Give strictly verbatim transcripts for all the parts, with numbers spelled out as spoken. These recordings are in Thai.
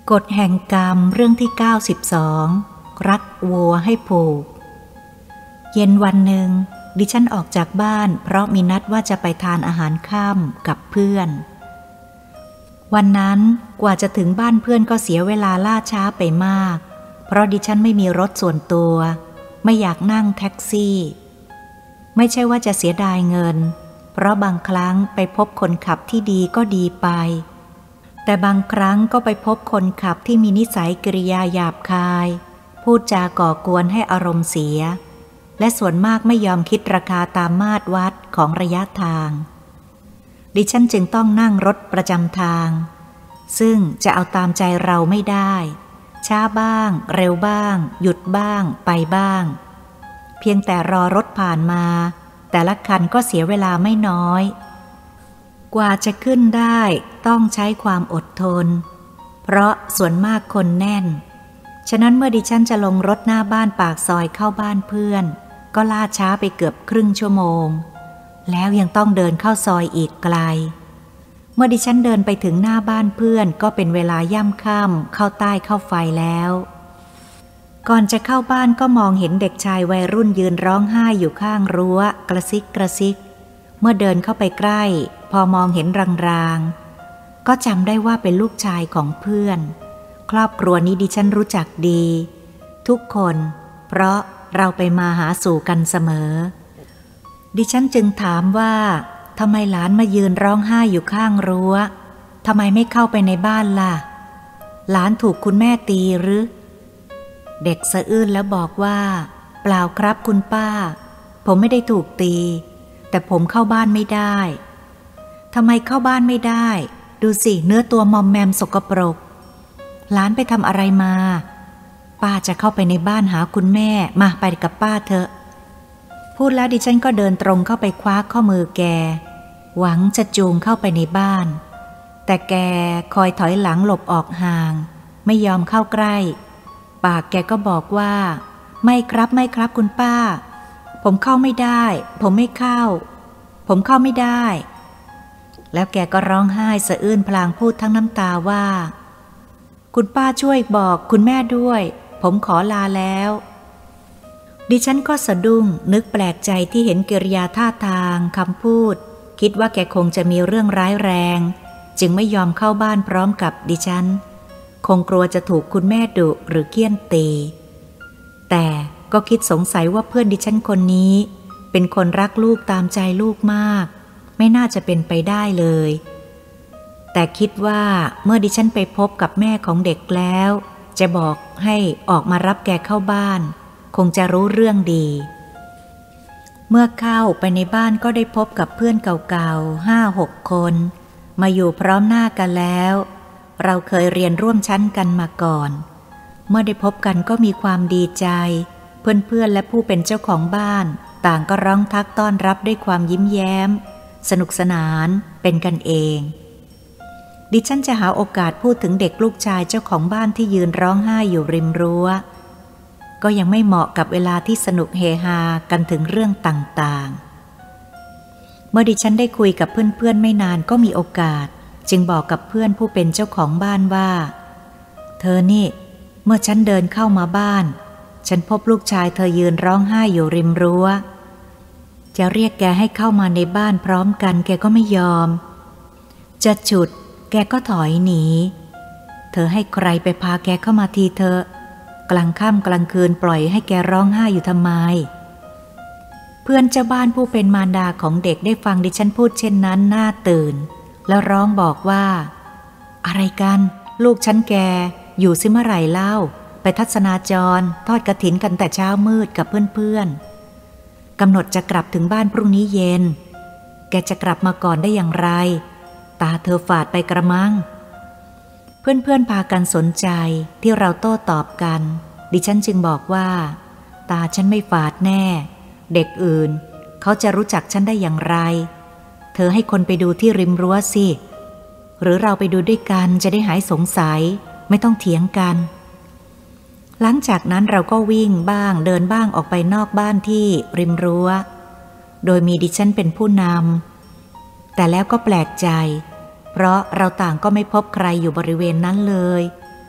กฎแห่งกรรมเรื่องที่เก้าสิบสองรักวัวให้ผูกเย็นวันหนึ่งดิฉันออกจากบ้านเพราะมีนัดว่าจะไปทานอาหารค่ำกับเพื่อนวันนั้นกว่าจะถึงบ้านเพื่อนก็เสียเวลาล่าช้าไปมากเพราะดิฉันไม่มีรถส่วนตัวไม่อยากนั่งแท็กซี่ไม่ใช่ว่าจะเสียดายเงินเพราะบางครั้งไปพบคนขับที่ดีก็ดีไปแต่บางครั้งก็ไปพบคนขับที่มีนิสัยกิริยาหยาบคายพูดจาก่อกวนให้อารมณ์เสียและส่วนมากไม่ยอมคิดราคาตามมาตรวัดของระยะทางดิฉันจึงต้องนั่งรถประจำทางซึ่งจะเอาตามใจเราไม่ได้ช้าบ้างเร็วบ้างหยุดบ้างไปบ้างเพียงแต่รอรถผ่านมาแต่ละคันก็เสียเวลาไม่น้อยกว่าจะขึ้นได้ต้องใช้ความอดทนเพราะส่วนมากคนแน่นฉะนั้นเมื่อดิฉันจะลงรถหน้าบ้านปากซอยเข้าบ้านเพื่อนก็ล่าช้าไปเกือบครึ่งชั่วโมงแล้วยังต้องเดินเข้าซอยอีกไกลเมื่อดิฉันเดินไปถึงหน้าบ้านเพื่อนก็เป็นเวลาย่ำค่ำเข้าใต้เข้าไฟแล้วก่อนจะเข้าบ้านก็มองเห็นเด็กชายวัยรุ่นยืนร้องไห้อยู่ข้างรั้วกระซิกกระซิกเมื่อเดินเข้าไปใกล้พอมองเห็นรางๆก็จำได้ว่าเป็นลูกชายของเพื่อนครอบครัวนี้ดิฉันรู้จักดีทุกคนเพราะเราไปมาหาสู่กันเสมอดิฉันจึงถามว่าทำไมหลานมายืนร้องไห้อยู่ข้างรั้วทำไมไม่เข้าไปในบ้านล่ะหลานถูกคุณแม่ตีหรือเด็กสะอื้นแล้วบอกว่าเปล่าครับคุณป้าผมไม่ได้ถูกตีแต่ผมเข้าบ้านไม่ได้ทำไมเข้าบ้านไม่ได้ดูสิเนื้อตัวมอมแมมสกปรกหลานไปทำอะไรมาป้าจะเข้าไปในบ้านหาคุณแม่มาไปกับป้าเถอะพูดแล้วดิฉันก็เดินตรงเข้าไปคว้าข้อมือแกหวังจะจูงเข้าไปในบ้านแต่แกคอยถอยหลังหลบออกห่างไม่ยอมเข้าใกล้ปากแกก็บอกว่าไม่ครับไม่ครับคุณป้าผมเข้าไม่ได้ผมไม่เข้าผมเข้าไม่ได้แล้วแกก็ร้องไห้สะอื้นพลางพูดทั้งน้ำตาว่าคุณป้าช่วยบอกคุณแม่ด้วยผมขอลาแล้วดิฉันก็สะดุ้งนึกแปลกใจที่เห็นกิริยาท่าทางคำพูดคิดว่าแกคงจะมีเรื่องร้ายแรงจึงไม่ยอมเข้าบ้านพร้อมกับดิฉันคงกลัวจะถูกคุณแม่ดุหรือเคี่ยนตีแต่ก็คิดสงสัยว่าเพื่อนดิฉันคนนี้เป็นคนรักลูกตามใจลูกมากไม่น่าจะเป็นไปได้เลยแต่คิดว่าเมื่อดิฉันไปพบกับแม่ของเด็กแล้วจะบอกให้ออกมารับแกเข้าบ้านคงจะรู้เรื่องดีเมื่อเข้าไปในบ้านก็ได้พบกับเพื่อนเก่าๆห้าหกคนมาอยู่พร้อมหน้ากันแล้วเราเคยเรียนร่วมชั้นกันมาก่อนเมื่อได้พบกันก็มีความดีใจเพื่อนๆและผู้เป็นเจ้าของบ้านต่างก็ร้องทักต้อนรับด้วยความยิ้มแย้มสนุกสนานเป็นกันเองดิฉันจะหาโอกาสพูดถึงเด็กลูกชายเจ้าของบ้านที่ยืนร้องไห้อยู่ริมรั้วก็ยังไม่เหมาะกับเวลาที่สนุกเฮฮากันถึงเรื่องต่างๆเมื่อดิฉันได้คุยกับเพื่อนๆไม่นานก็มีโอกาสจึงบอกกับเพื่อนผู้เป็นเจ้าของบ้านว่าเธอนี่เมื่อฉันเดินเข้ามาบ้านฉันพบลูกชายเธอยืนร้องไห้อยู่ริมรั้วจะเรียกแกให้เข้ามาในบ้านพร้อมกันแกก็ไม่ยอมจะฉุดแกก็ถอยหนีเธอให้ใครไปพาแกเข้ามาทีเธอกลางค่ำกลางคืนปล่อยให้แกร้องไห้อยู่ทำไมเพื่อนเจ้าบ้านผู้เป็นมารดาของเด็กได้ฟังดิฉันพูดเช่นนั้นหน้าตื่นแล้วร้องบอกว่าอะไรกันลูกฉันแกอยู่ซิเมื่อไหร่เล่าไปทัศนาจรทอดกฐินกันแต่เช้ามืดกับเพื่อนๆกำหนดจะกลับถึงบ้านพรุ่งนี้เย็นแกจะกลับมาก่อนได้อย่างไรตาเธอฝาดไปกระมังเพื่อนๆพากันสนใจที่เราโต้ตอบกันดิฉันจึงบอกว่าตาฉันไม่ฝาดแน่เด็กอื่นเขาจะรู้จักฉันได้อย่างไรเธอให้คนไปดูที่ริมรั้วสิหรือเราไปดูด้วยกันจะได้หายสงสัยไม่ต้องเถียงกันหลังจากนั้นเราก็วิ่งบ้างเดินบ้างออกไปนอกบ้านที่ริมรั้วโดยมีดิฉันเป็นผู้นำแต่แล้วก็แปลกใจเพราะเราต่างก็ไม่พบใครอยู่บริเวณนั้นเลย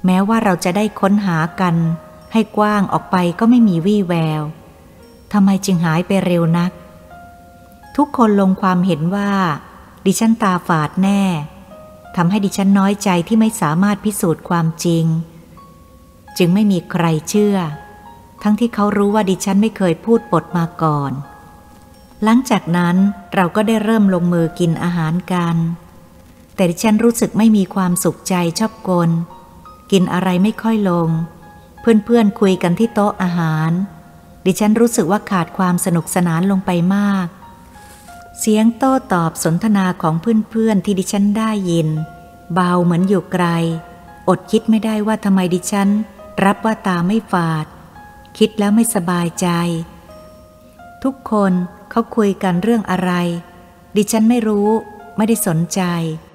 แม้ว่าเราจะได้ค้นหากันให้กว้างออกไปก็ไม่มีวี่แววทำไมจึงหายไปเร็วนักทุกคนลงความเห็นว่าดิฉันตาฝาดแน่ทำให้ดิฉันน้อยใจที่ไม่สามารถพิสูจน์ความจริงจึงไม่มีใครเชื่อทั้งที่เขารู้ว่าดิฉันไม่เคยพูดปดมาก่อนหลังจากนั้นเราก็ได้เริ่มลงมือกินอาหารกันแต่ดิฉันรู้สึกไม่มีความสุขใจชอบกลกินอะไรไม่ค่อยลงเพื่อนๆคุยกันที่โต๊ะอาหารดิฉันรู้สึกว่าขาดความสนุกสนานลงไปมากเสียงโต้ตอบสนทนาของเพื่อนๆที่ดิฉันได้ยินเบาเหมือนอยู่ไกลอดคิดไม่ได้ว่าทำไมดิฉันรับว่าตาไม่ฝาดคิดแล้วไม่สบายใจทุกคนเขาคุยกันเรื่องอะไรดิฉันไม่รู้ไม่ได้สนใจ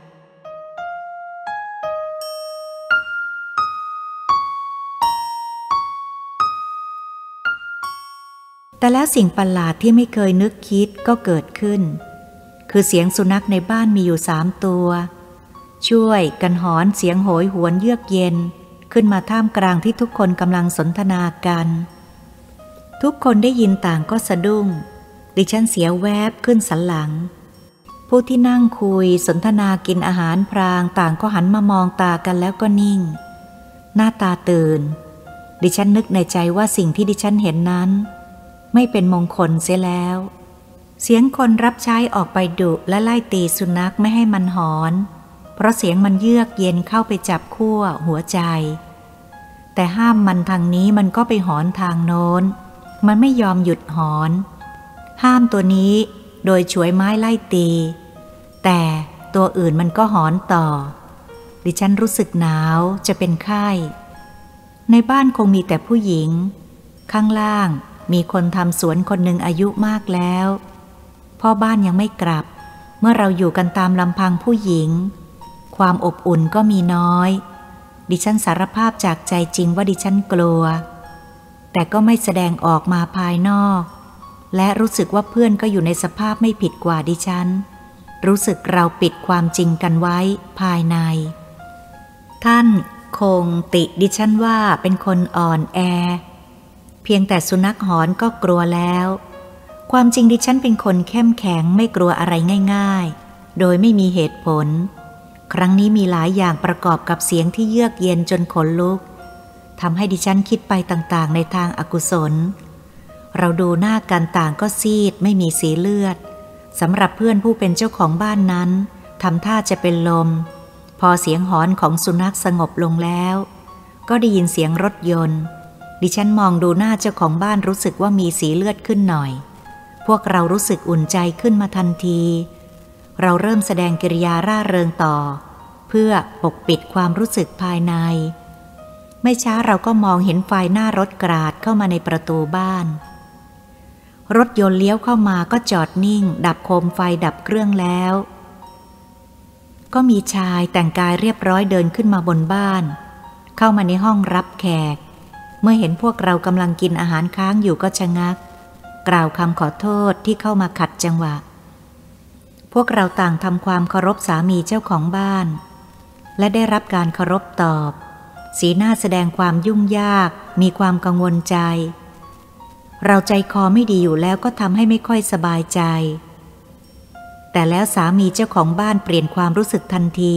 แต่แล้วสิ่งประหลาดที่ไม่เคยนึกคิดก็เกิดขึ้นคือเสียงสุนัขในบ้านมีอยู่สามตัวช่วยกันหอนเสียงโหยหวนเยือกเย็นขึ้นมาท่ามกลางที่ทุกคนกำลังสนทนากันทุกคนได้ยินต่างก็สะดุ้งดิฉันเสียแวบขึ้นสันหลังผู้ที่นั่งคุยสนทนากินอาหารพรางต่างก็หันมามองตากันแล้วก็นิ่งหน้าตาตื่นดิฉันนึกในใจว่าสิ่งที่ดิฉันเห็นนั้นไม่เป็นมงคลเสียแล้วเสียงคนรับใช้ออกไปดุและไล่ตีสุนัขไม่ให้มันหอนเพราะเสียงมันเยือกเย็นเข้าไปจับขั้วหัวใจแต่ห้ามมันทางนี้มันก็ไปหอนทางโน้นมันไม่ยอมหยุดหอนห้ามตัวนี้โดยฉวยไม้ไล่ตีแต่ตัวอื่นมันก็หอนต่อดิฉันรู้สึกหนาวจะเป็นไข้ในบ้านคงมีแต่ผู้หญิงข้างล่างมีคนทำสวนคนหนึ่งอายุมากแล้วพ่อบ้านยังไม่กลับเมื่อเราอยู่กันตามลำพังผู้หญิงความอบอุ่นก็มีน้อยดิฉันสารภาพจากใจจริงว่าดิฉันกลัวแต่ก็ไม่แสดงออกมาภายนอกและรู้สึกว่าเพื่อนก็อยู่ในสภาพไม่ผิดกว่าดิฉันรู้สึกเราปิดความจริงกันไว้ภายในท่านคงติดิฉันว่าเป็นคนอ่อนแอเพียงแต่สุนัขหอนก็กลัวแล้วความจริงดิฉันเป็นคนเข้มแข็งไม่กลัวอะไรง่ายๆโดยไม่มีเหตุผลครั้งนี้มีหลายอย่างประกอบกับเสียงที่เยือกเย็นจนขนลุกทำให้ดิฉันคิดไปต่างๆในทางอกุศลเราดูหน้ากันต่างก็ซีดไม่มีสีเลือดสำหรับเพื่อนผู้เป็นเจ้าของบ้านนั้นทำท่าจะเป็นลมพอเสียงหอนของสุนัขสงบลงแล้วก็ได้ยินเสียงรถยนต์ดิฉันมองดูหน้าเจ้าของบ้านรู้สึกว่ามีสีเลือดขึ้นหน่อยพวกเรารู้สึกอุ่นใจขึ้นมาทันทีเราเริ่มแสดงกิริยาร่าเริงต่อเพื่อปกปิดความรู้สึกภายในไม่ช้าเราก็มองเห็นไฟหน้ารถกราดเข้ามาในประตูบ้านรถยนต์เลี้ยวเข้ามาก็จอดนิ่งดับโคมไฟดับเครื่องแล้วก็มีชายแต่งกายเรียบร้อยเดินขึ้นมาบนบ้านเข้ามาในห้องรับแขกเมื่อเห็นพวกเรากำลังกินอาหารค้างอยู่ก็ชะงักกล่าวคำขอโทษที่เข้ามาขัดจังหวะพวกเราต่างทำความเคารพสามีเจ้าของบ้านและได้รับการเคารพตอบสีหน้าแสดงความยุ่งยากมีความกังวลใจเราใจคอไม่ดีอยู่แล้วก็ทำให้ไม่ค่อยสบายใจแต่แล้วสามีเจ้าของบ้านเปลี่ยนความรู้สึกทันที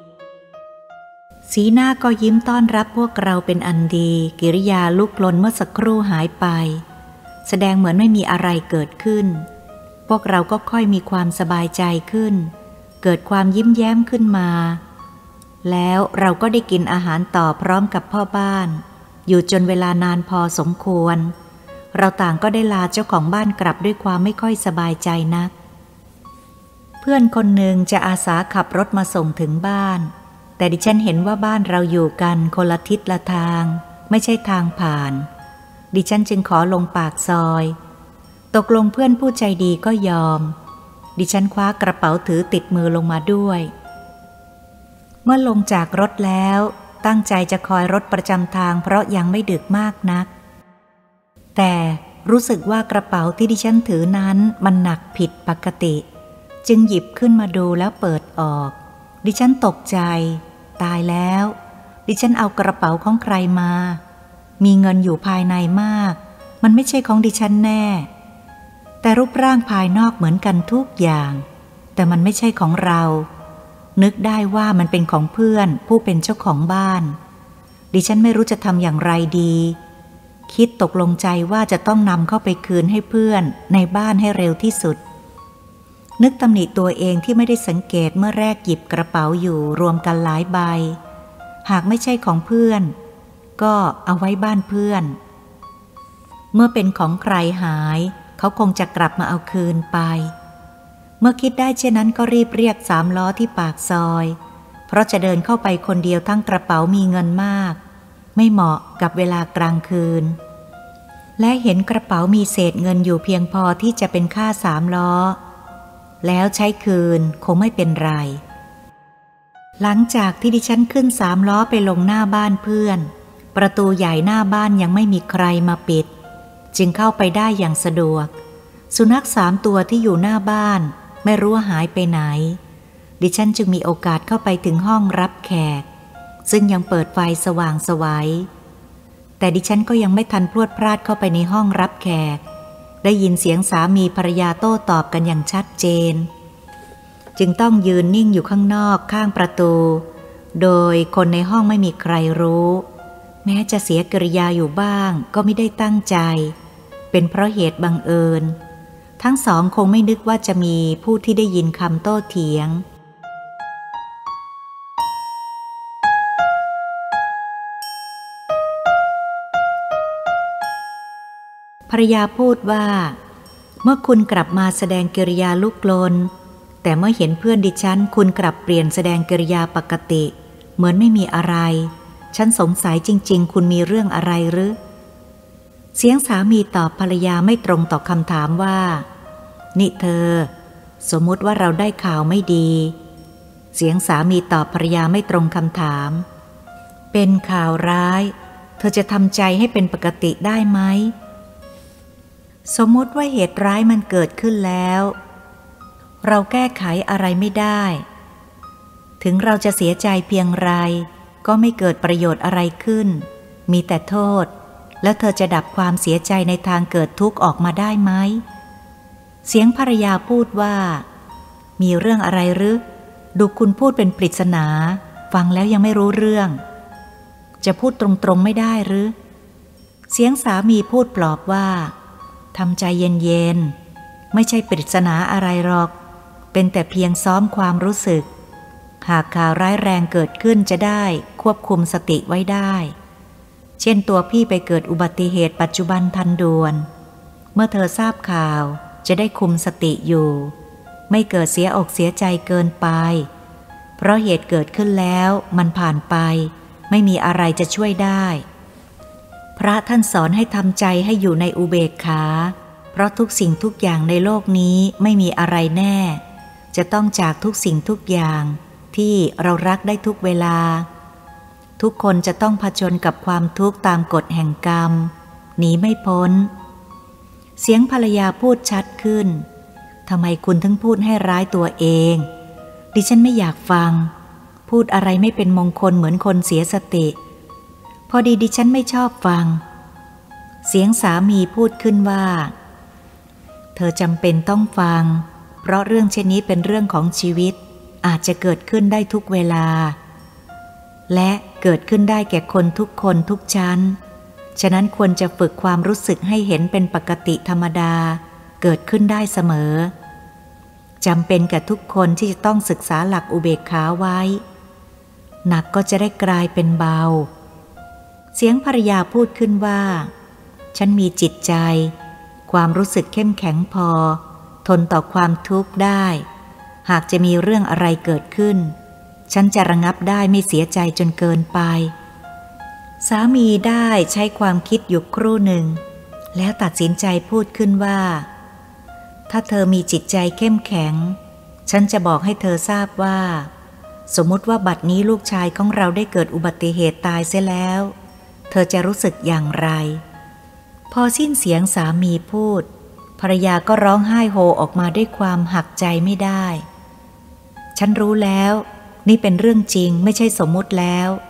สีหน้าก็ยิ้มต้อนรับพวกเราเป็นอันดีกิริยาลุกลนเมื่อสักครู่หายไปแสดงเหมือนไม่มีอะไรเกิดขึ้นพวกเราก็ค่อยมีความสบายใจขึ้นเกิดความยิ้มแย้มขึ้นมาแล้วเราก็ได้กินอาหารต่อพร้อมกับพ่อบ้านอยู่จนเวลานานพอสมควรเราต่างก็ได้ลาเจ้าของบ้านกลับด้วยความไม่ค่อยสบายใจนักเพื่อนคนหนึ่งจะอาสาขับรถมาส่งถึงบ้านแต่ดิฉันเห็นว่าบ้านเราอยู่กันคนละทิศละทางไม่ใช่ทางผ่านดิฉันจึงขอลงปากซอยตกลงเพื่อนผู้ใจดีก็ยอมดิฉันคว้ากระเป๋าถือติดมือลงมาด้วยเมื่อลงจากรถแล้วตั้งใจจะคอยรถประจำทางเพราะยังไม่ดึกมากนักแต่รู้สึกว่ากระเป๋าที่ดิฉันถือนั้นมันหนักผิดปกติจึงหยิบขึ้นมาดูแล้วเปิดออกดิฉันตกใจตายแล้วดิฉันเอากระเป๋าของใครมามีเงินอยู่ภายในมากมันไม่ใช่ของดิฉันแน่แต่รูปร่างภายนอกเหมือนกันทุกอย่างแต่มันไม่ใช่ของเรานึกได้ว่ามันเป็นของเพื่อนผู้เป็นเจ้าของบ้านดิฉันไม่รู้จะทำอย่างไรดีคิดตกลงใจว่าจะต้องนำเข้าไปคืนให้เพื่อนในบ้านให้เร็วที่สุดนึกตำหนิตัวเองที่ไม่ได้สังเกตเมื่อแรกหยิบกระเป๋าอยู่รวมกันหลายใบหากไม่ใช่ของเพื่อนก็เอาไว้บ้านเพื่อนเมื่อเป็นของใครหายเขาคงจะกลับมาเอาคืนไปเมื่อคิดได้เช่นนั้นก็รีบเรียกสามล้อที่ปากซอยเพราะจะเดินเข้าไปคนเดียวทั้งกระเป๋ามีเงินมากไม่เหมาะกับเวลากลางคืนและเห็นกระเป๋ามีเศษเงินอยู่เพียงพอที่จะเป็นค่าสามล้อแล้วใช้คืนคงไม่เป็นไรหลังจากที่ดิฉันขึ้นสามล้อไปลงหน้าบ้านเพื่อนประตูใหญ่หน้าบ้านยังไม่มีใครมาปิดจึงเข้าไปได้อย่างสะดวกสุนัขสามตัวที่อยู่หน้าบ้านไม่รู้ว่าหายไปไหนดิฉันจึงมีโอกาสเข้าไปถึงห้องรับแขกซึ่งยังเปิดไฟสว่างไสวแต่ดิฉันก็ยังไม่ทันพรวดพลาดเข้าไปในห้องรับแขกได้ยินเสียงสามีภรรยาโต้ตอบกันอย่างชัดเจนจึงต้องยืนนิ่งอยู่ข้างนอกข้างประตูโดยคนในห้องไม่มีใครรู้แม้จะเสียกริยาอยู่บ้างก็ไม่ได้ตั้งใจเป็นเพราะเหตุบังเอิญทั้งสองคงไม่นึกว่าจะมีผู้ที่ได้ยินคำโต้เถียงภรรยาพูดว่าเมื่อคุณกลับมาแสดงกิริยาลุกลนแต่เมื่อเห็นเพื่อนดิฉันคุณกลับเปลี่ยนแสดงกิริยาปกติเหมือนไม่มีอะไรฉันสงสัยจริงๆคุณมีเรื่องอะไรหรือเสียงสามีตอบภรรยาไม่ตรงต่อคำถามว่านี่เธอสมมุติว่าเราได้ข่าวไม่ดีเสียงสามีตอบภรรยาไม่ตรงคำถามเป็นข่าวร้ายเธอจะทำใจให้เป็นปกติได้ไหมสมมุติว่าเหตุร้ายมันเกิดขึ้นแล้วเราแก้ไขอะไรไม่ได้ถึงเราจะเสียใจเพียงไรก็ไม่เกิดประโยชน์อะไรขึ้นมีแต่โทษแล้วเธอจะดับความเสียใจในทางเกิดทุกข์ออกมาได้ไหมเสียงภรรยาพูดว่ามีเรื่องอะไรหรือดูคุณพูดเป็นปริศนาฟังแล้วยังไม่รู้เรื่องจะพูดตรงๆไม่ได้หรือเสียงสามีพูดปลอบว่าทำใจเย็นๆไม่ใช่ปริศนาอะไรหรอกเป็นแต่เพียงซ้อมความรู้สึกหากข่าวร้ายแรงเกิดขึ้นจะได้ควบคุมสติไว้ได้เช่นตัวพี่ไปเกิดอุบัติเหตุปัจจุบันทันด่วนเมื่อเธอทราบข่าวจะได้คุมสติอยู่ไม่เกิดเสียอกเสียใจเกินไปเพราะเหตุเกิดขึ้นแล้วมันผ่านไปไม่มีอะไรจะช่วยได้พระท่านสอนให้ทำใจให้อยู่ในอุเบกขาเพราะทุกสิ่งทุกอย่างในโลกนี้ไม่มีอะไรแน่จะต้องจากทุกสิ่งทุกอย่างที่เรารักได้ทุกเวลาทุกคนจะต้องผจญกับความทุกข์ตามกฎแห่งกรรมหนีไม่พ้นเสียงภรรยาพูดชัดขึ้นทำไมคุณถึงพูดให้ร้ายตัวเองดิฉันไม่อยากฟังพูดอะไรไม่เป็นมงคลเหมือนคนเสียสติพอดีดิฉันไม่ชอบฟังเสียงสามีพูดขึ้นว่าเธอจำเป็นต้องฟังเพราะเรื่องเช่นนี้เป็นเรื่องของชีวิตอาจจะเกิดขึ้นได้ทุกเวลาและเกิดขึ้นได้แก่คนทุกคนทุกชั้นฉะนั้นควรจะฝึกความรู้สึกให้เห็นเป็นปกติธรรมดาเกิดขึ้นได้เสมอจำเป็นกับทุกคนที่จะต้องศึกษาหลักอุเบกขาไว้หนักก็จะได้กลายเป็นเบาเสียงภรรยาพูดขึ้นว่าฉันมีจิตใจความรู้สึกเข้มแข็งพอทนต่อความทุกข์ได้หากจะมีเรื่องอะไรเกิดขึ้นฉันจะระงับได้ไม่เสียใจจนเกินไปสามีได้ใช้ความคิดอยู่ครู่หนึ่งแล้วตัดสินใจพูดขึ้นว่าถ้าเธอมีจิตใจเข้มแข็งฉันจะบอกให้เธอทราบว่าสมมุติว่าบัดนี้ลูกชายของเราได้เกิดอุบัติเหตุตายเสียแล้วเธอจะรู้สึกอย่างไรพอสิ้นเสียงสามีพูดภรรยาก็ร้องไห้โฮออกมาด้วยความหักใจไม่ได้ฉันรู้แล้วนี่เป็นเรื่องจริงไม่ใช่สมมุติแล้ว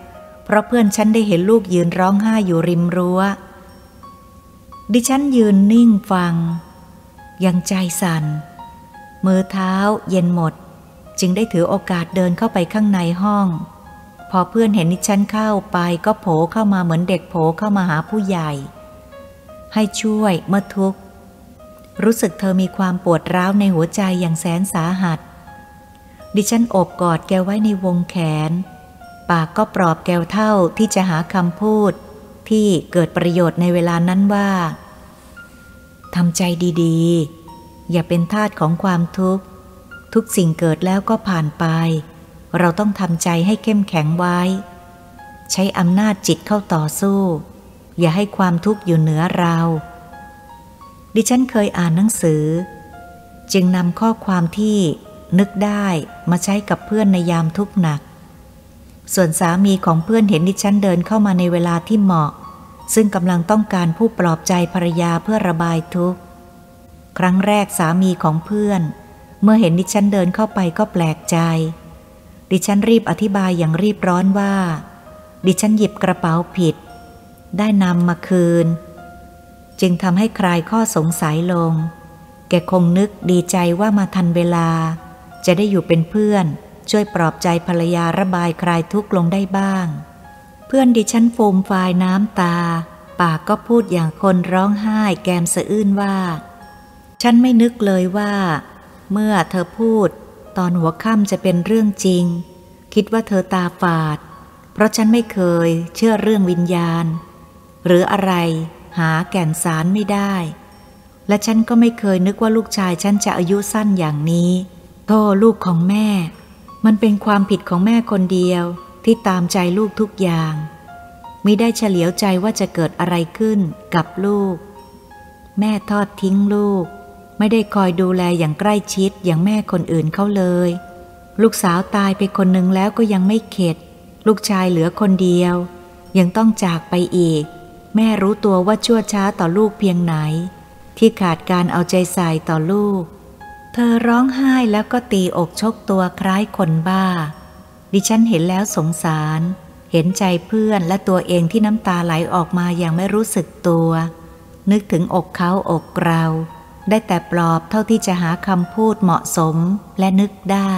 เพราะเพื่อนฉันได้เห็นลูกยืนร้องไห้อยู่ริมรั้วดิฉันยืนนิ่งฟังยังใจสั่นมือเท้าเย็นหมดจึงได้ถือโอกาสเดินเข้าไปข้างในห้องพอเพื่อนเห็นดิฉันเข้าไปก็โผล่เข้ามาเหมือนเด็กโผล่เข้ามาหาผู้ใหญ่ให้ช่วยเมื่อทุกข์รู้สึกเธอมีความปวดร้าวในหัวใจอย่างแสนสาหัสดิฉันโอบกอดแกไว้ในวงแขนปากก็ปลอบแกวเท่าที่จะหาคำพูดที่เกิดประโยชน์ในเวลานั้นว่าทำใจดีๆอย่าเป็นทาสของความทุกข์ทุกสิ่งเกิดแล้วก็ผ่านไปเราต้องทำใจให้เข้มแข็งไว้ใช้อำนาจจิตเข้าต่อสู้อย่าให้ความทุกข์อยู่เหนือเราดิฉันเคยอ่านหนังสือจึงนำข้อความที่นึกได้มาใช้กับเพื่อนในยามทุกข์หนักส่วนสามีของเพื่อนเห็นดิฉันเดินเข้ามาในเวลาที่เหมาะซึ่งกำลังต้องการผู้ปลอบใจภรรยาเพื่อระบายทุกข์ครั้งแรกสามีของเพื่อนเมื่อเห็นดิฉันเดินเข้าไปก็แปลกใจดิฉันรีบอธิบายอย่างรีบร้อนว่าดิฉันหยิบกระเป๋าผิดได้นำมาคืนจึงทำให้คลายข้อสงสัยลงแกคงนึกดีใจว่ามาทันเวลาจะได้อยู่เป็นเพื่อนช่วยปลอบใจภรรยาระบายคลายทุกข์ลงได้บ้างเพื่อนดิฉันฟูมฟายน้ำตาปากก็พูดอย่างคนร้องไห้แกมสะอื้นว่าฉันไม่นึกเลยว่าเมื่อเธอพูดตอนหัวค่ำจะเป็นเรื่องจริงคิดว่าเธอตาฝาดเพราะฉันไม่เคยเชื่อเรื่องวิญญาณหรืออะไรหาแก่นสารไม่ได้และฉันก็ไม่เคยนึกว่าลูกชายฉันจะอายุสั้นอย่างนี้โธ่ลูกของแม่มันเป็นความผิดของแม่คนเดียวที่ตามใจลูกทุกอย่างมิได้เฉลียวใจว่าจะเกิดอะไรขึ้นกับลูกแม่ทอดทิ้งลูกไม่ได้คอยดูแลอย่างใกล้ชิดอย่างแม่คนอื่นเขาเลยลูกสาวตายไปคนหนึ่งแล้วก็ยังไม่เข็ดลูกชายเหลือคนเดียวยังต้องจากไปอีกแม่รู้ตัวว่าชั่วช้าต่อลูกเพียงไหนที่ขาดการเอาใจใส่ต่อลูกเธอร้องไห้แล้วก็ตีอกชกตัวคล้ายคนบ้าดิฉันเห็นแล้วสงสารเห็นใจเพื่อนและตัวเองที่น้ำตาไหลออกมาอย่างไม่รู้สึกตัวนึกถึงอกเขาอกเราได้แต่ปลอบเท่าที่จะหาคำพูดเหมาะสมและนึกได้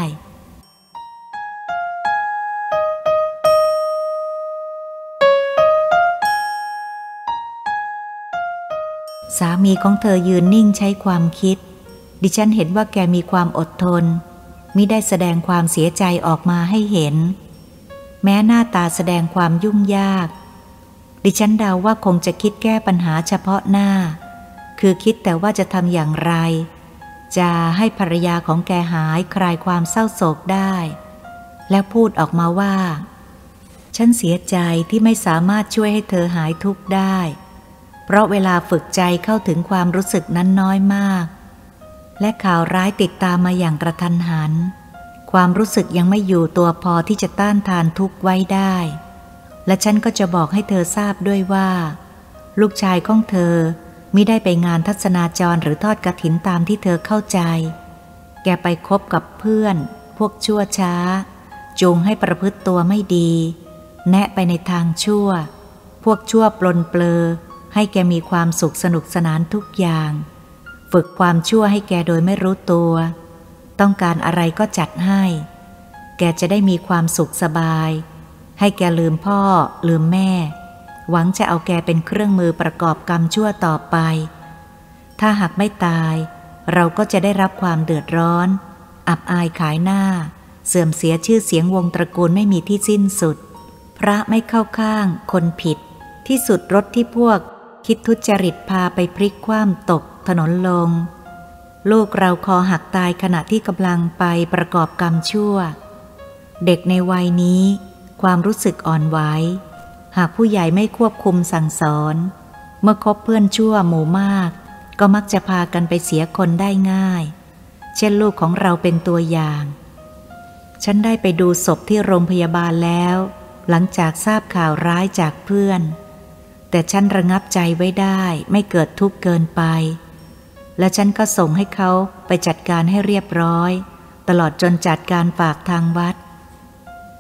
สามีของเธอยืนนิ่งใช้ความคิดดิฉันเห็นว่าแกมีความอดทนมิได้แสดงความเสียใจออกมาให้เห็นแม้หน้าตาแสดงความยุ่งยากดิฉันเดาว่าคงจะคิดแก้ปัญหาเฉพาะหน้าคือคิดแต่ว่าจะทำอย่างไรจะให้ภรรยาของแกหายคลายความเศร้าโศกได้แล้วพูดออกมาว่าฉันเสียใจที่ไม่สามารถช่วยให้เธอหายทุกข์ได้เพราะเวลาฝึกใจเข้าถึงความรู้สึกนั้นน้อยมากและข่าวร้ายติดตามมาอย่างกระทันหันความรู้สึกยังไม่อยู่ตัวพอที่จะต้านทานทุกข์ไว้ได้และฉันก็จะบอกให้เธอทราบด้วยว่าลูกชายของเธอมิได้ไปงานทัศนาจรหรือทอดกฐินตามที่เธอเข้าใจแกไปคบกับเพื่อนพวกชั่วช้าจูงให้ประพฤติตัวไม่ดีแนะไปในทางชั่วพวกชั่วปลนเปลือให้แกมีความสุขสนุกสนานทุกอย่างฝึกความชั่วให้แกโดยไม่รู้ตัวต้องการอะไรก็จัดให้แกจะได้มีความสุขสบายให้แกลืมพ่อลืมแม่หวังจะเอาแกเป็นเครื่องมือประกอบกรรมชั่วต่อไปถ้าหากไม่ตายเราก็จะได้รับความเดือดร้อนอับอายขายหน้าเสื่อมเสียชื่อเสียงวงตระกูลไม่มีที่สิ้นสุดพระไม่เข้าข้างคนผิดที่สุดรถที่พวกคิดทุจริตพาไปพลิกคว่ำตกถนนลงลูกเราคอหักตายขณะที่กำลังไปประกอบกรรมชั่วเด็กในวัยนี้ความรู้สึกอ่อนไหวหากผู้ใหญ่ไม่ควบคุมสั่งสอนเมื่อคบเพื่อนชั่วหมู่มากก็มักจะพากันไปเสียคนได้ง่ายเช่นลูกของเราเป็นตัวอย่างฉันได้ไปดูศพที่โรงพยาบาลแล้วหลังจากทราบข่าวร้ายจากเพื่อนแต่ฉันระงับใจไว้ได้ไม่เกิดทุกข์เกินไปและฉันก็ส่งให้เขาไปจัดการให้เรียบร้อยตลอดจนจัดการฝากทางวัด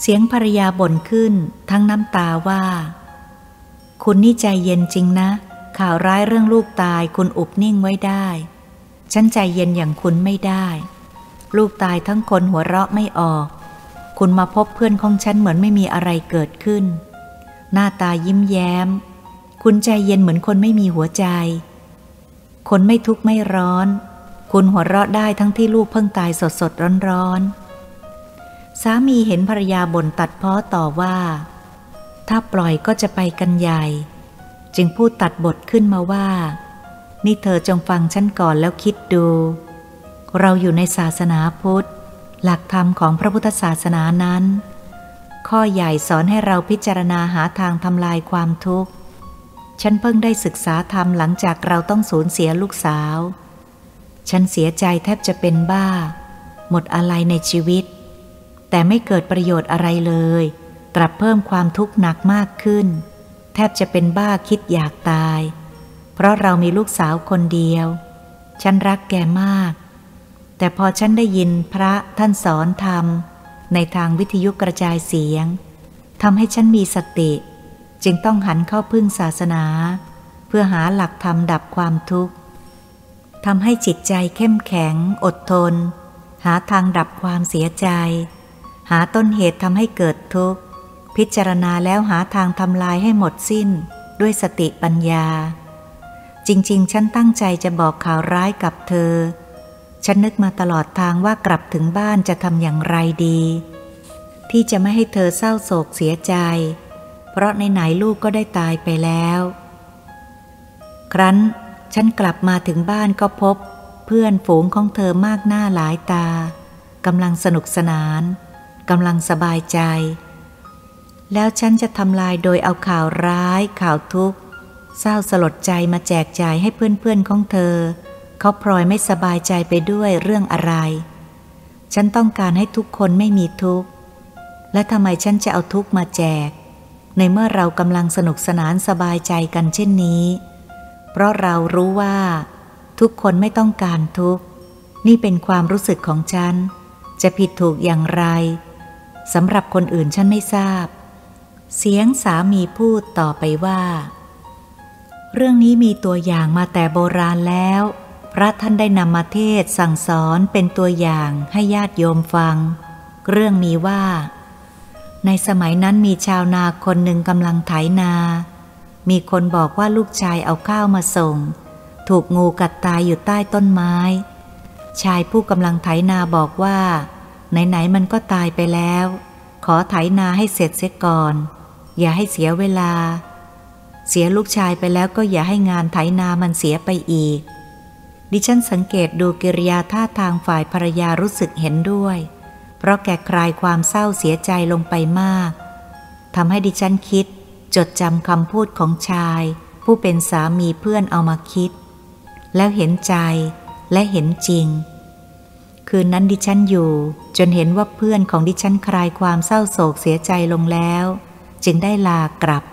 เสียงภรรยาบ่นขึ้นทั้งน้ำตาว่าคุณนี่ใจเย็นจริงนะข่าวร้ายเรื่องลูกตายคุณอุบนิ่งไว้ได้ฉันใจเย็นอย่างคุณไม่ได้ลูกตายทั้งคนหัวเราะไม่ออกคุณมาพบเพื่อนของฉันเหมือนไม่มีอะไรเกิดขึ้นหน้าตายิ้มแย้มคุณใจเย็นเหมือนคนไม่มีหัวใจคนไม่ทุกข์ไม่ร้อนคุณหัวเราะได้ทั้งที่ลูกเพิ่งตายสดสดร้อนร้อนสามีเห็นภรรยาบ่นตัดพ้อต่อว่าถ้าปล่อยก็จะไปกันใหญ่จึงพูดตัดบทขึ้นมาว่านี่เธอจงฟังฉันก่อนแล้วคิดดูเราอยู่ในศาสนาพุทธหลักธรรมของพระพุทธศาสนานั้นข้อใหญ่สอนให้เราพิจารณาหาทางทำลายความทุกข์ฉันเพิ่งได้ศึกษาธรรมหลังจากเราต้องสูญเสียลูกสาวฉันเสียใจแทบจะเป็นบ้าหมดอะไรในชีวิตแต่ไม่เกิดประโยชน์อะไรเลยกลับเพิ่มความทุกข์หนักมากขึ้นแทบจะเป็นบ้าคิดอยากตายเพราะเรามีลูกสาวคนเดียวฉันรักแกมากแต่พอฉันได้ยินพระท่านสอนธรรมในทางวิทยุกระจายเสียงทำให้ฉันมีสติจึงต้องหันเข้าพึ่งศาสนาเพื่อหาหลักธรรมดับความทุกข์ทำให้จิตใจเข้มแข็งอดทนหาทางดับความเสียใจหาต้นเหตุทำให้เกิดทุกข์พิจารณาแล้วหาทางทำลายให้หมดสิ้นด้วยสติปัญญาจริงๆฉันตั้งใจจะบอกข่าวร้ายกับเธอฉันนึกมาตลอดทางว่ากลับถึงบ้านจะทำอย่างไรดีที่จะไม่ให้เธอเศร้าโศกเสียใจเพราะไหนๆลูกก็ได้ตายไปแล้วครั้นฉันกลับมาถึงบ้านก็พบเพื่อนฝูงของเธอมากหน้าหลายตากำลังสนุกสนานกำลังสบายใจแล้วฉันจะทำลายโดยเอาข่าวร้ายข่าวทุกข์เศร้าสลดใจมาแจกจ่ายให้เพื่อนๆของเธอเขาพลอยไม่สบายใจไปด้วยเรื่องอะไรฉันต้องการให้ทุกคนไม่มีทุกข์และทำไมฉันจะเอาทุกข์มาแจกในเมื่อเรากำลังสนุกสนานสบายใจกันเช่นนี้เพราะเรารู้ว่าทุกคนไม่ต้องการทุกข์นี่เป็นความรู้สึกของฉันจะผิดถูกอย่างไรสำหรับคนอื่นฉันไม่ทราบเสียงสามีพูดต่อไปว่าเรื่องนี้มีตัวอย่างมาแต่โบราณแล้วพระท่านได้นำมาเทศสั่งสอนเป็นตัวอย่างให้ญาติโยมฟังเรื่องมีว่าในสมัยนั้นมีชาวนาคนหนึ่งกำลังไถนามีคนบอกว่าลูกชายเอาข้าวมาส่งถูกงูกัดตายอยู่ใต้ต้นไม้ชายผู้กำลังไถนาบอกว่าไหนๆมันก็ตายไปแล้วขอไถนาให้เสร็จเสียก่อนอย่าให้เสียเวลาเสียลูกชายไปแล้วก็อย่าให้งานไถนามันเสียไปอีกดิฉันสังเกตดูกิริยาท่าทางฝ่ายภรรยารู้สึกเห็นด้วยเพราะแกคลายความเศร้าเสียใจลงไปมากทำให้ดิฉันคิดจดจำคำพูดของชายผู้เป็นสามีเพื่อนเอามาคิดแล้วเห็นใจและเห็นจริงคืนนั้นดิฉันอยู่จนเห็นว่าเพื่อนของดิฉันคลายความเศร้าโศกเสียใจลงแล้วจึงได้ลากลับ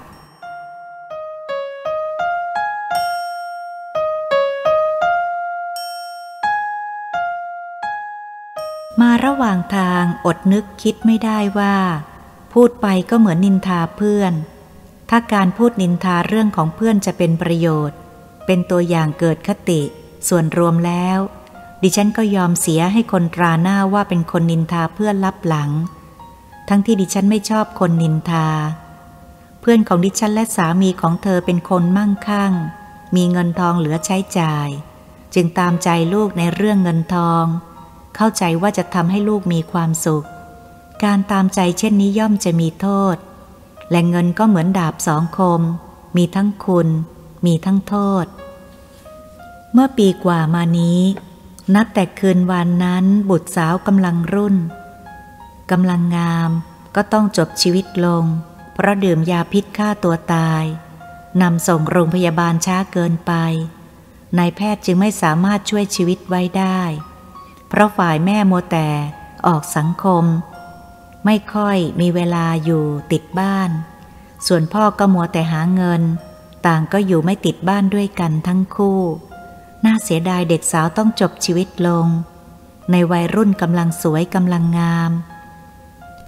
มาระหว่างทางอดนึกคิดไม่ได้ว่าพูดไปก็เหมือนนินทาเพื่อนถ้าการพูดนินทาเรื่องของเพื่อนจะเป็นประโยชน์เป็นตัวอย่างเกิดคติส่วนรวมแล้วดิฉันก็ยอมเสียให้คนตราหน้าว่าเป็นคนนินทาเพื่อนลับหลังทั้งที่ดิฉันไม่ชอบคนนินทาเพื่อนของดิฉันและสามีของเธอเป็นคนมั่งคั่งมีเงินทองเหลือใช้จ่ายจึงตามใจลูกในเรื่องเงินทองเข้าใจว่าจะทำให้ลูกมีความสุขการตามใจเช่นนี้ย่อมจะมีโทษและเงินก็เหมือนดาบสองคมมีทั้งคุณมีทั้งโทษเมื่อปีกว่ามานี้นับแต่คืนวันนั้นบุตรสาวกำลังรุ่นกำลังงามก็ต้องจบชีวิตลงเพราะดื่มยาพิษฆ่าตัวตายนำส่งโรงพยาบาลช้าเกินไปนายแพทย์จึงไม่สามารถช่วยชีวิตไว้ได้เพราะฝ่ายแม่มัวแต่ออกสังคมไม่ค่อยมีเวลาอยู่ติดบ้านส่วนพ่อก็มัวแต่หาเงินต่างก็อยู่ไม่ติดบ้านด้วยกันทั้งคู่น่าเสียดายเด็กสาวต้องจบชีวิตลงในวัยรุ่นกำลังสวยกำลังงาม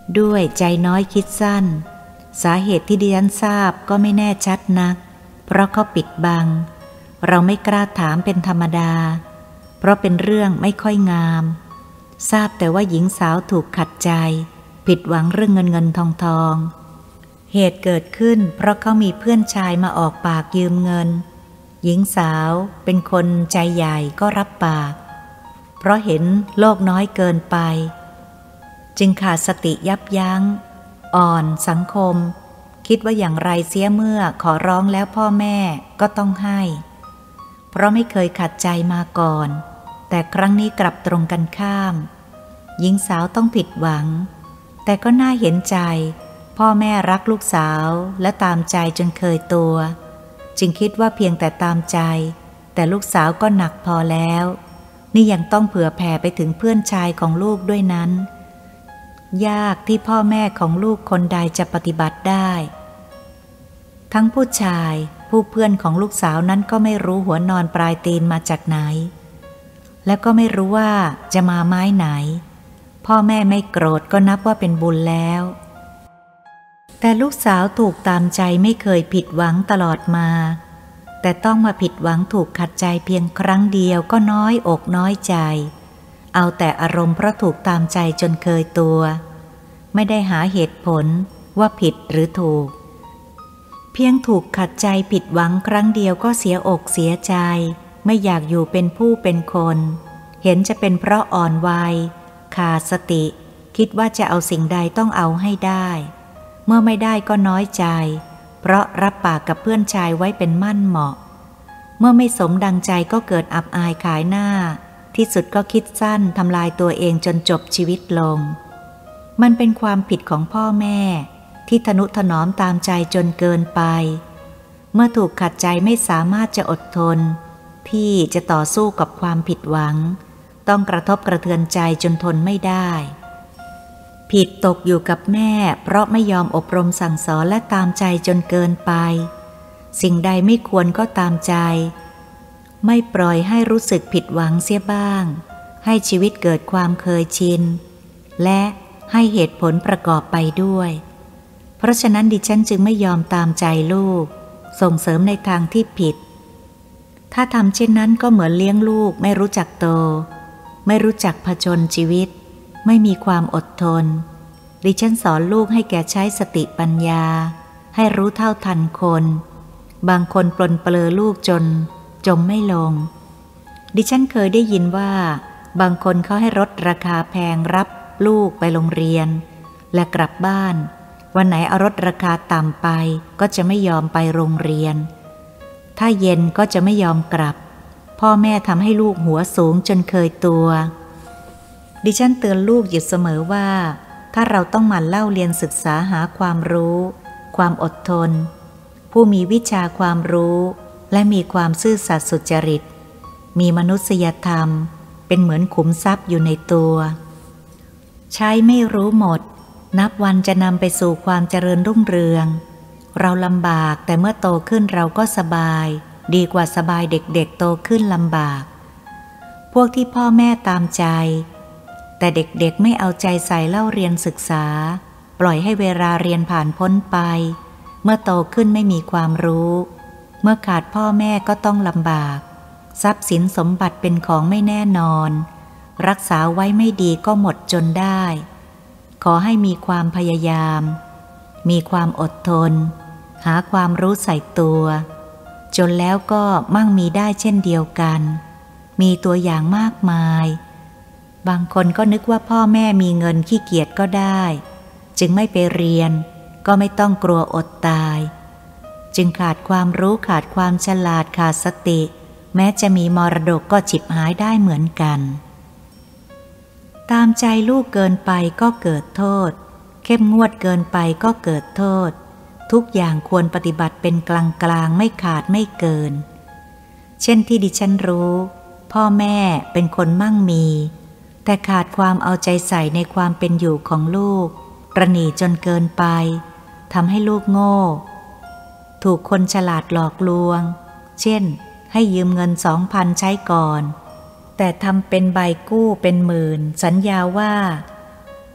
ด้วยใจน้อยคิดสั้นสาเหตุที่ดิฉันทราบก็ไม่แน่ชัดนักเพราะเขาปิดบังเราไม่กล้าถามเป็นธรรมดาเพราะเป็นเรื่องไม่ค่อยงามทราบแต่ว่าหญิงสาวถูกขัดใจผิดหวังเรื่องเงินเงินทองทองเหตุเกิดขึ้นเพราะเขามีเพื่อนชายมาออกปากยืมเงินหญิงสาวเป็นคนใจใหญ่ก็รับปากเพราะเห็นโลกน้อยเกินไปจึงขาดสติยับยั้งอ่อนสังคมคิดว่าอย่างไรเสียเมื่อขอร้องแล้วพ่อแม่ก็ต้องให้เพราะไม่เคยขัดใจมาก่อนแต่ครั้งนี้กลับตรงกันข้ามหญิงสาวต้องผิดหวังแต่ก็น่าเห็นใจพ่อแม่รักลูกสาวและตามใจจนเคยตัวจึงคิดว่าเพียงแต่ตามใจแต่ลูกสาวก็หนักพอแล้วนี่ยังต้องเผื่อแผ่ไปถึงเพื่อนชายของลูกด้วยนั้นยากที่พ่อแม่ของลูกคนใดจะปฏิบัติได้ทั้งผู้ชายผู้เพื่อนของลูกสาวนั้นก็ไม่รู้หัวนอนปลายตีนมาจากไหนและก็ไม่รู้ว่าจะมาไม้ไหนพ่อแม่ไม่โกรธก็นับว่าเป็นบุญแล้วแต่ลูกสาวถูกตามใจไม่เคยผิดหวังตลอดมาแต่ต้องมาผิดหวังถูกขัดใจเพียงครั้งเดียวก็น้อยอกน้อยใจเอาแต่อารมณ์เพราะถูกตามใจจนเคยตัวไม่ได้หาเหตุผลว่าผิดหรือถูกเพียงถูกขัดใจผิดหวังครั้งเดียวก็เสียอกเสียใจไม่อยากอยู่เป็นผู้เป็นคนเห็นจะเป็นเพราะอ่อนวัยขาดสติคิดว่าจะเอาสิ่งใดต้องเอาให้ได้เมื่อไม่ได้ก็น้อยใจเพราะรับปากกับเพื่อนชายไว้เป็นมั่นเหมาะเมื่อไม่สมดังใจก็เกิดอับอายขายหน้าที่สุดก็คิดสั้นทำลายตัวเองจนจบชีวิตลงมันเป็นความผิดของพ่อแม่ที่ทนุถนอมตามใจจนเกินไปเมื่อถูกขัดใจไม่สามารถจะอดทนที่จะต่อสู้กับความผิดหวังต้องกระทบกระเทือนใจจนทนไม่ได้ผิดตกอยู่กับแม่เพราะไม่ยอมอบรมสั่งสอนและตามใจจนเกินไปสิ่งใดไม่ควรก็ตามใจไม่ปล่อยให้รู้สึกผิดหวังเสียบ้างให้ชีวิตเกิดความเคยชินและให้เหตุผลประกอบไปด้วยเพราะฉะนั้นดิฉันจึงไม่ยอมตามใจลูกส่งเสริมในทางที่ผิดถ้าทำเช่นนั้นก็เหมือนเลี้ยงลูกไม่รู้จักโตไม่รู้จักผจญชีวิตไม่มีความอดทนดิฉันสอนลูกให้แก่ใช้สติปัญญาให้รู้เท่าทันคนบางคนปลนเปลือลูกจนจมไม่ลงดิฉันเคยได้ยินว่าบางคนเขาให้ลดราคาแพงรับลูกไปโรงเรียนและกลับบ้านวันไหนเอาลดราคาต่ำไปก็จะไม่ยอมไปโรงเรียนถ้าเย็นก็จะไม่ยอมกลับพ่อแม่ทำให้ลูกหัวสูงจนเคยตัวดิฉันเตือนลูกอยู่เสมอว่าถ้าเราต้องหมั่นเล่าเรียนศึกษาหาความรู้ความอดทนผู้มีวิชาความรู้และมีความซื่อสัตย์สุจริตมีมนุษยธรรมเป็นเหมือนขุมทรัพย์อยู่ในตัวใช้ไม่รู้หมดนับวันจะนำไปสู่ความเจริญรุ่งเรืองเราลำบากแต่เมื่อโตขึ้นเราก็สบายดีกว่าสบายเด็กๆโตขึ้นลำบากพวกที่พ่อแม่ตามใจแต่เด็กๆไม่เอาใจใส่เล่าเรียนศึกษาปล่อยให้เวลาเรียนผ่านพ้นไปเมื่อโตขึ้นไม่มีความรู้เมื่อขาดพ่อแม่ก็ต้องลำบากทรัพย์สินสมบัติเป็นของไม่แน่นอนรักษาไว้ไม่ดีก็หมดจนได้ขอให้มีความพยายามมีความอดทนหาความรู้ใส่ตัวจนแล้วก็มั่งมีได้เช่นเดียวกันมีตัวอย่างมากมายบางคนก็นึกว่าพ่อแม่มีเงินขี้เกียจก็ได้จึงไม่ไปเรียนก็ไม่ต้องกลัวอดตายจึงขาดความรู้ขาดความฉลาดขาดสติแม้จะมีมรดกก็ฉิบหายได้เหมือนกันตามใจลูกเกินไปก็เกิดโทษเข้มงวดเกินไปก็เกิดโทษทุกอย่างควรปฏิบัติเป็นกลางๆไม่ขาดไม่เกินเช่นที่ดิฉันรู้พ่อแม่เป็นคนมั่งมีแต่ขาดความเอาใจใส่ในความเป็นอยู่ของลูกประหนี่จนเกินไปทำให้ลูกโง่ถูกคนฉลาดหลอกลวงเช่นให้ยืมเงินสองพันใช้ก่อนแต่ทำเป็นใบกู้เป็นหมื่นสัญญาว่าพ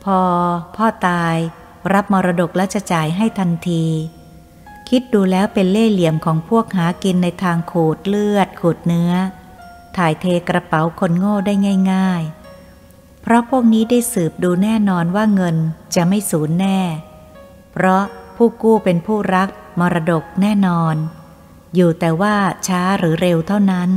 พอพ่อตายรับมรดกแล้วจะจ่ายให้ทันทีคิดดูแล้วเป็นเล่ห์เหลี่ยมของพวกหากินในทางขูดเลือดขูดเนื้อถ่ายเทกระเป๋าคนโง่ได้ง่ายๆเพราะพวกนี้ได้สืบดูแน่นอนว่าเงินจะไม่สูญแน่เพราะผู้กู้เป็นผู้รักมรดกแน่นอนอยู่แต่ว่าช้าหรือเร็วเท่านั้น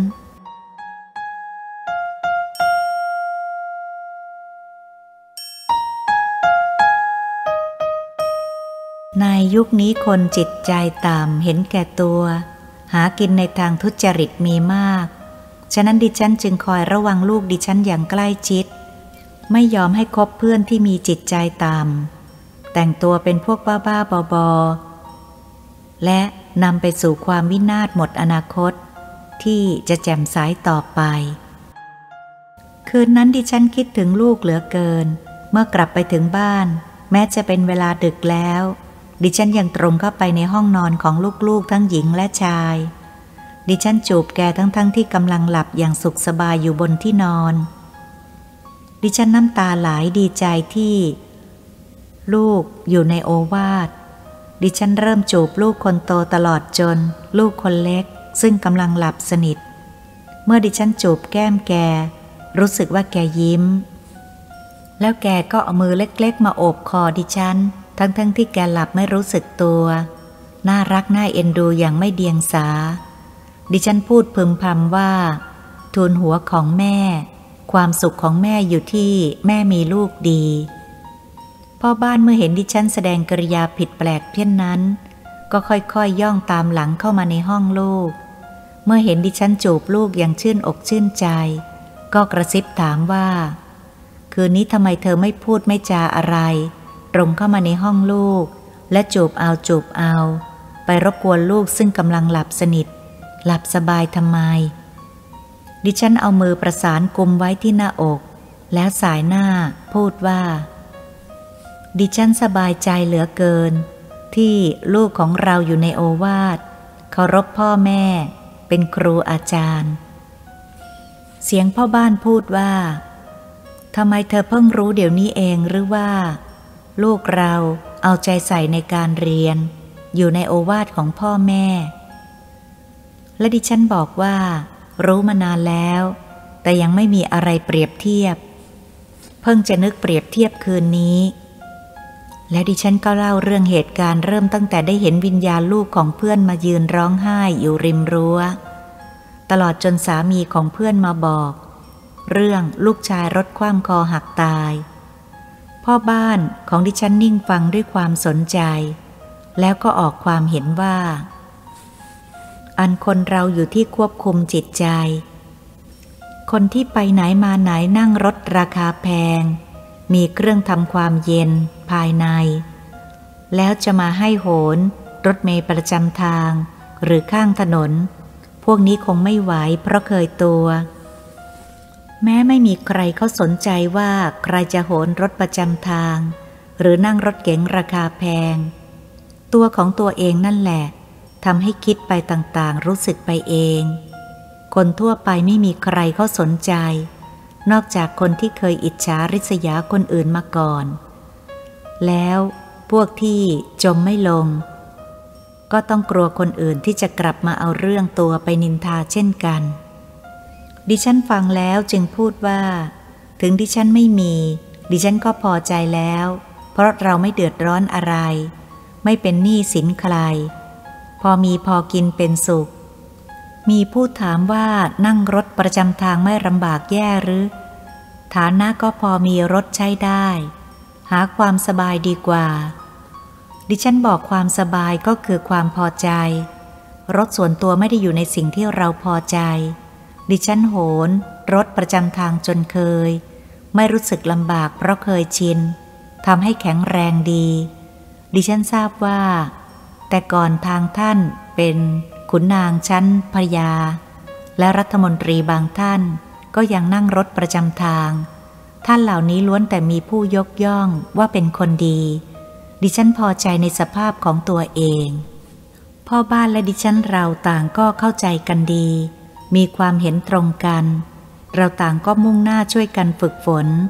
ในยุคนี้คนจิตใจต่ำเห็นแก่ตัวหากินในทางทุจริตมีมากฉะนั้นดิฉันจึงคอยระวังลูกดิฉันอย่างใกล้ชิดไม่ยอมให้คบเพื่อนที่มีจิตใจต่ำแต่งตัวเป็นพวกบ้าๆบอๆและนำไปสู่ความวินาศหมดอนาคตที่จะแจ่มใสต่อไปคืนนั้นดิฉันคิดถึงลูกเหลือเกินเมื่อกลับไปถึงบ้านแม้จะเป็นเวลาดึกแล้วดิฉันยังตรงเข้าไปในห้องนอนของลูกๆทั้งหญิงและชายดิฉันจูบแกทั้งๆ ท, ที่กำลังหลับอย่างสุขสบายอยู่บนที่นอนดิฉันน้ำตาไหลดีใจที่ลูกอยู่ในโอวาทดิฉันเริ่มจูบลูกคนโตตลอดจนลูกคนเล็กซึ่งกำลังหลับสนิทเมื่อดิฉันจูบแก้มแกรู้สึกว่าแกยิ้มแล้วแกก็เอามือเล็กๆมาโอบคอดิฉันทั้งๆ ท, ที่แกหลับไม่รู้สึกตัวน่ารักน่าเอ็นดูอย่างไม่เดียงสาดิฉันพูดพึมพำว่าทูลหัวของแม่ความสุขของแม่อยู่ที่แม่มีลูกดีพ่อบ้านเมื่อเห็นดิฉันแสดงกริยาผิดแปลกเพี้ยนนั้นก็ค่อยๆ ย, ย่องตามหลังเข้ามาในห้องลูกเมื่อเห็นดิฉันจูบลูกอย่างชื่นอกชื่นใจก็กระซิบถามว่าคืนนี้ทำไมเธอไม่พูดไม่จาอะไรตรงเข้ามาในห้องลูกและจูบเอาจูบเอาไปรบกวนลูกซึ่งกำลังหลับสนิทหลับสบายทำไมดิฉันเอามือประสานกุมไว้ที่หน้าอกแล้วสายหน้าพูดว่าดิฉันสบายใจเหลือเกินที่ลูกของเราอยู่ในโอวาทเคารพพ่อแม่เป็นครูอาจารย์เสียงพ่อบ้านพูดว่าทำไมเธอเพิ่งรู้เดี๋ยวนี้เองหรือว่าลูกเราเอาใจใส่ในการเรียนอยู่ในโอวาทของพ่อแม่และดิฉันบอกว่ารู้มานานแล้วแต่ยังไม่มีอะไรเปรียบเทียบเพิ่งจะนึกเปรียบเทียบคืนนี้และดิฉันก็เล่าเรื่องเหตุการณ์เริ่มตั้งแต่ได้เห็นวิญญาณลูกของเพื่อนมายืนร้องไห้อยู่ริมรั้วตลอดจนสามีของเพื่อนมาบอกเรื่องลูกชายรถคว่ำคอหักตายพ่อบ้านของดิฉันนิ่งฟังด้วยความสนใจแล้วก็ออกความเห็นว่าอันคนเราอยู่ที่ควบคุมจิตใจคนที่ไปไหนมาไหนนั่งรถราคาแพงมีเครื่องทำความเย็นภายในแล้วจะมาให้โหนรถเมล์ประจำทางหรือข้างถนนพวกนี้คงไม่ไหวเพราะเคยตัวแม้ไม่มีใครเขาสนใจว่าใครจะโหนรถประจำทางหรือนั่งรถเก๋งราคาแพงตัวของตัวเองนั่นแหละทำให้คิดไปต่างๆรู้สึกไปเองคนทั่วไปไม่มีใครเขาสนใจนอกจากคนที่เคยอิจฉาริษยาคนอื่นมาก่อนแล้วพวกที่จมไม่ลงก็ต้องกลัวคนอื่นที่จะกลับมาเอาเรื่องตัวไปนินทาเช่นกันดิฉันฟังแล้วจึงพูดว่าถึงดิฉันไม่มีดิฉันก็พอใจแล้วเพราะเราไม่เดือดร้อนอะไรไม่เป็นหนี้สินใครพอมีพอกินเป็นสุขมีผู้ถามว่านั่งรถประจำทางไม่ลำบากแย่หรือฐานะก็พอมีรถใช้ได้หาความสบายดีกว่าดิฉันบอกความสบายก็คือความพอใจรถส่วนตัวไม่ได้อยู่ในสิ่งที่เราพอใจดิฉันโหนรถประจำทางจนเคยไม่รู้สึกลำบากเพราะเคยชินทำให้แข็งแรงดีดิฉันทราบว่าแต่ก่อนทางท่านเป็นขุนนางชั้นพระยาและรัฐมนตรีบางท่านก็ยังนั่งรถประจำทางท่านเหล่านี้ล้วนแต่มีผู้ยกย่องว่าเป็นคนดีดิฉันพอใจในสภาพของตัวเองพ่อบ้านและดิฉันเราต่างก็เข้าใจกันดีมีความเห็นตรงกันเราต่างก็มุ่งหน้าช่วยกันฝึกฝน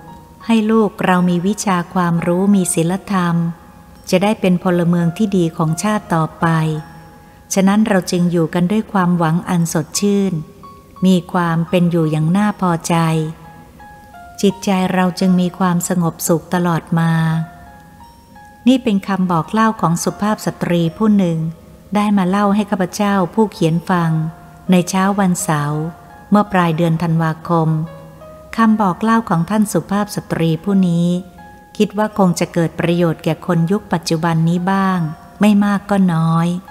ให้ลูกเรามีวิชาความรู้มีศีลธรรมจะได้เป็นพลเมืองที่ดีของชาติต่อไปฉะนั้นเราจึงอยู่กันด้วยความหวังอันสดชื่นมีความเป็นอยู่อย่างน่าพอใจจิตใจเราจึงมีความสงบสุขตลอดมานี่เป็นคำบอกเล่าของสุภาพสตรีผู้หนึ่งได้มาเล่าให้ข้าพเจ้าผู้เขียนฟังในเช้าวันเสาร์เมื่อปลายเดือนธันวาคมคำบอกเล่าของท่านสุภาพสตรีผู้นี้คิดว่าคงจะเกิดประโยชน์แก่คนยุคปัจจุบันนี้บ้างไม่มากก็น้อย